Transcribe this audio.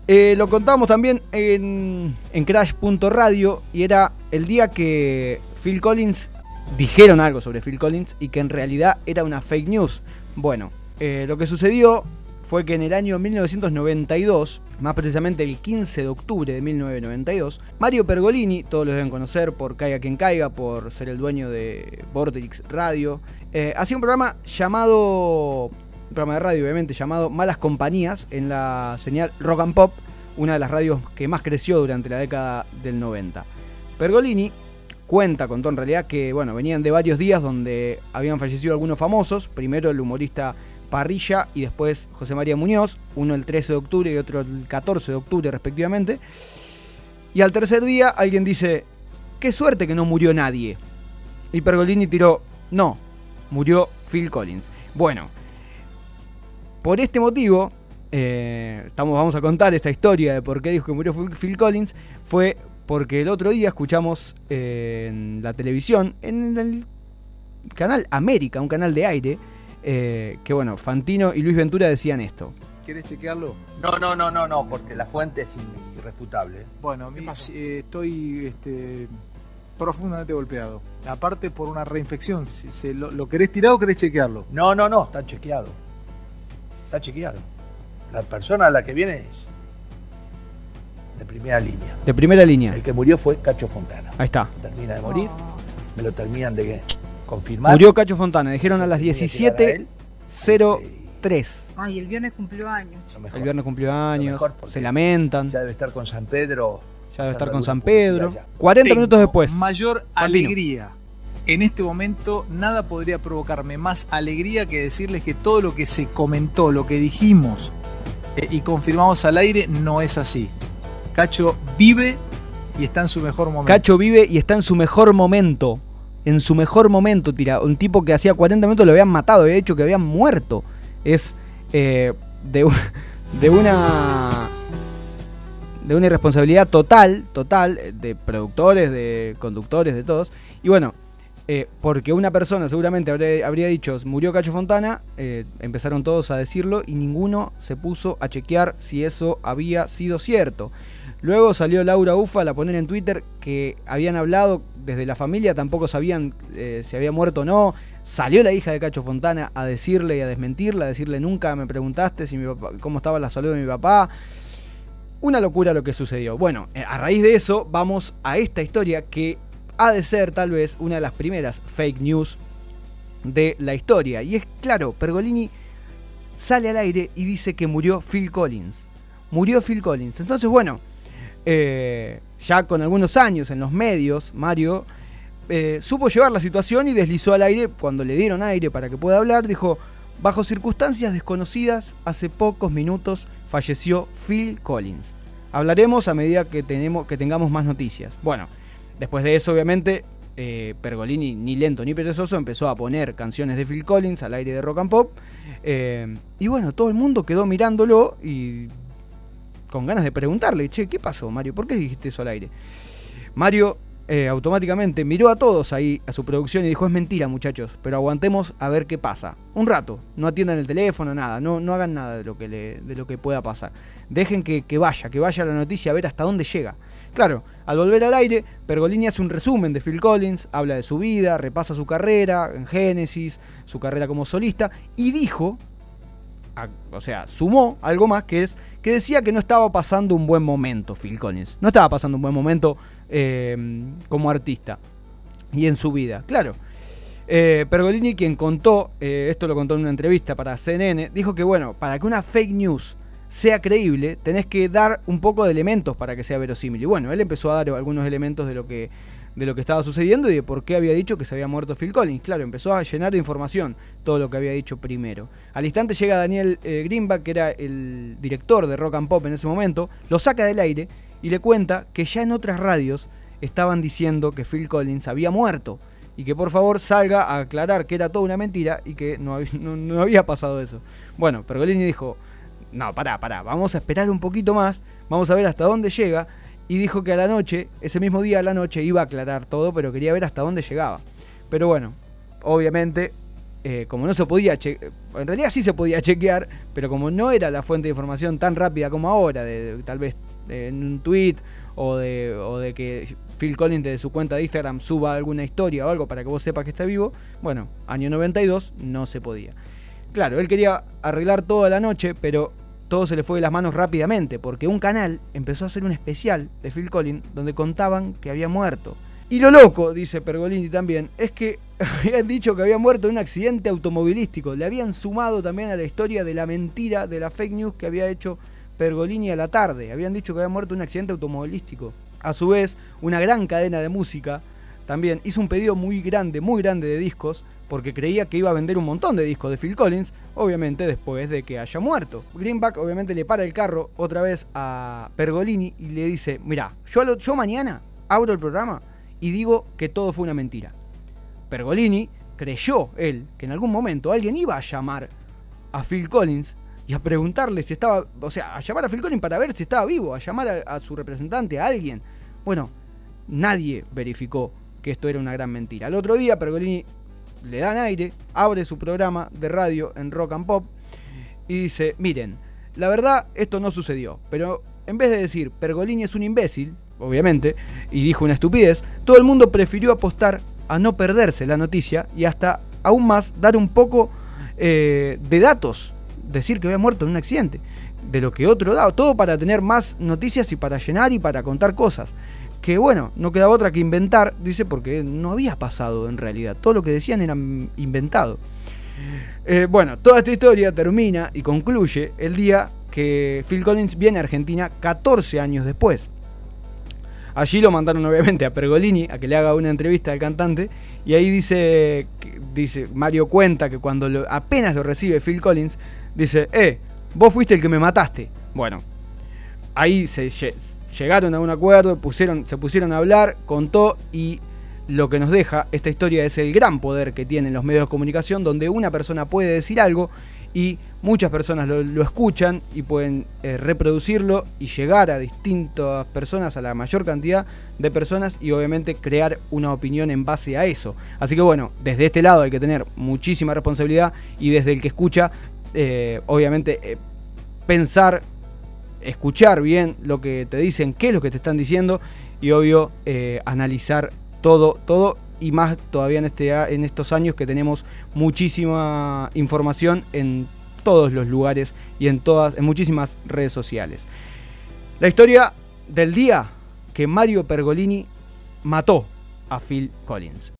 Lo contábamos también en Crash.radio y era el día que Phil Collins, dijeron algo sobre Phil Collins y que en realidad era una fake news. Bueno, lo que sucedió fue que en el año 1992, más precisamente el 15 de octubre de 1992, Mario Pergolini, todos lo deben conocer por Caiga Quien Caiga, por ser el dueño de Vorterix Radio, hacía un programa de radio obviamente, llamado Malas Compañías, en la señal Rock and Pop, una de las radios que más creció durante la década del 90. Pergolini contó en realidad que, bueno, venían de varios días donde habían fallecido algunos famosos, primero el humorista Parrilla y después José María Muñoz, uno el 13 de octubre y otro el 14 de octubre respectivamente. Y al tercer día alguien dice, qué suerte que no murió nadie. Y Pergolini tiró, no, murió Phil Collins. Bueno, por este motivo, vamos a contar esta historia de por qué dijo que murió Phil Collins. Fue porque el otro día escuchamos en la televisión, en el canal América, un canal de aire, que bueno, Fantino y Luis Ventura decían esto. ¿Quieres chequearlo? No, porque la fuente es irrefutable. Bueno, estoy profundamente golpeado. Aparte por una reinfección. ¿Lo querés tirar o querés chequearlo? No, está chequeado. Está chequeado. La persona a la que viene es de primera línea. De primera línea. El que murió fue Cacho Fontana. Ahí está. Termina de morir. Me lo terminan de confirmar. Murió Cacho Fontana. Dijeron a las 17:03. Ay, el viernes cumplió años. El viernes cumplió años. Se lamentan. Ya debe estar con San Pedro. 40 minutos después. Mayor Fantino. alegría. En este momento nada podría provocarme más alegría que decirles que todo lo que se comentó, lo que dijimos y confirmamos al aire no es así. Cacho vive y está en su mejor momento. Cacho vive y está en su mejor momento. En su mejor momento, tira. Un tipo que hacía 40 minutos lo habían matado, había dicho que habían muerto. Es de una irresponsabilidad total, de productores, de conductores, de todos. Y bueno, porque una persona seguramente habría dicho, murió Cacho Fontana, empezaron todos a decirlo y ninguno se puso a chequear si eso había sido cierto. Luego salió Laura Ufal a poner en Twitter que habían hablado desde la familia, tampoco sabían si había muerto o no. Salió la hija de Cacho Fontana a decirle y a desmentirla, a decirle nunca me preguntaste si cómo estaba la salud de mi papá. Una locura lo que sucedió. Bueno, a raíz de eso vamos a esta historia que ha de ser tal vez una de las primeras fake news de la historia. Y es claro, Pergolini sale al aire y dice que murió Phil Collins. Murió Phil Collins. Entonces, bueno, ya con algunos años en los medios, Mario supo llevar la situación y deslizó al aire, cuando le dieron aire para que pueda hablar, dijo, bajo circunstancias desconocidas, hace pocos minutos falleció Phil Collins. Hablaremos a medida que tengamos más noticias. Bueno, después de eso, obviamente, Pergolini, ni lento ni perezoso, empezó a poner canciones de Phil Collins al aire de Rock and Pop. Y bueno, todo el mundo quedó mirándolo y con ganas de preguntarle, che, ¿qué pasó, Mario? ¿Por qué dijiste eso al aire? Mario automáticamente miró a todos ahí, a su producción, y dijo, es mentira, muchachos, pero aguantemos a ver qué pasa. Un rato, no atiendan el teléfono, nada, no hagan nada de lo que pueda pasar. Dejen que vaya la noticia a ver hasta dónde llega. Claro, al volver al aire, Pergolini hace un resumen de Phil Collins, habla de su vida, repasa su carrera en Genesis, su carrera como solista, y dijo, sumó algo más, que decía que no estaba pasando un buen momento Phil Collins. No estaba pasando un buen momento como artista y en su vida. Claro, Pergolini, quien contó, esto lo contó en una entrevista para CNN, dijo que bueno, para que una fake news sea creíble, tenés que dar un poco de elementos para que sea verosímil. Y bueno, él empezó a dar algunos elementos de lo que estaba sucediendo y de por qué había dicho que se había muerto Phil Collins. Claro, empezó a llenar de información todo lo que había dicho primero. Al instante llega Daniel Greenback, que era el director de Rock and Pop en ese momento, lo saca del aire y le cuenta que ya en otras radios estaban diciendo que Phil Collins había muerto y que por favor salga a aclarar que era toda una mentira y que no había pasado eso. Bueno, Pergolini dijo, no, pará, vamos a esperar un poquito más, vamos a ver hasta dónde llega. Y dijo que a la noche, ese mismo día a la noche, iba a aclarar todo, pero quería ver hasta dónde llegaba. Pero bueno, obviamente, como no se podía chequear, en realidad sí se podía chequear, pero como no era la fuente de información tan rápida como ahora, tal vez en un tweet o de que Phil Collins de su cuenta de Instagram suba alguna historia o algo para que vos sepas que está vivo, bueno, año 92 no se podía. Claro, él quería arreglar toda la noche, pero todo se le fue de las manos rápidamente, porque un canal empezó a hacer un especial de Phil Collins donde contaban que había muerto. Y lo loco, dice Pergolini también, es que habían dicho que había muerto en un accidente automovilístico. Le habían sumado también a la historia de la mentira, de la fake news que había hecho Pergolini a la tarde. Habían dicho que había muerto en un accidente automovilístico. A su vez, una gran cadena de música también hizo un pedido muy grande de discos, porque creía que iba a vender un montón de discos de Phil Collins, obviamente después de que haya muerto. Greenback obviamente le para el carro otra vez a Pergolini y le dice, mirá, yo mañana abro el programa y digo que todo fue una mentira. Pergolini creyó, él, que en algún momento alguien iba a llamar a Phil Collins y a preguntarle si estaba, o sea, a llamar a Phil Collins para ver si estaba vivo, a llamar a su representante, a alguien. Bueno, nadie verificó que esto era una gran mentira. Al otro día Pergolini le dan aire, abre su programa de radio en Rock and Pop y dice, miren, la verdad esto no sucedió, pero en vez de decir Pergolini es un imbécil, obviamente, y dijo una estupidez, todo el mundo prefirió apostar a no perderse la noticia y hasta aún más dar un poco de datos, decir que había muerto en un accidente, de lo que otro daba, todo para tener más noticias y para llenar y para contar cosas. Que bueno, no quedaba otra que inventar, dice, porque no había pasado en realidad. Todo lo que decían era inventado. Bueno, toda esta historia termina y concluye el día que Phil Collins viene a Argentina 14 años después. Allí lo mandaron obviamente a Pergolini a que le haga una entrevista al cantante y ahí dice Mario cuenta que cuando apenas lo recibe Phil Collins, dice, vos fuiste el que me mataste. Bueno, ahí llegaron a un acuerdo, se pusieron a hablar, contó, y lo que nos deja esta historia es el gran poder que tienen los medios de comunicación, donde una persona puede decir algo y muchas personas lo escuchan y pueden reproducirlo y llegar a distintas personas, a la mayor cantidad de personas, y obviamente crear una opinión en base a eso. Así que bueno, desde este lado hay que tener muchísima responsabilidad, y desde el que escucha, obviamente pensar, escuchar bien lo que te dicen, qué es lo que te están diciendo, y obvio analizar todo, y más todavía en estos años que tenemos muchísima información en todos los lugares y en muchísimas redes sociales. La historia del día que Mario Pergolini mató a Phil Collins.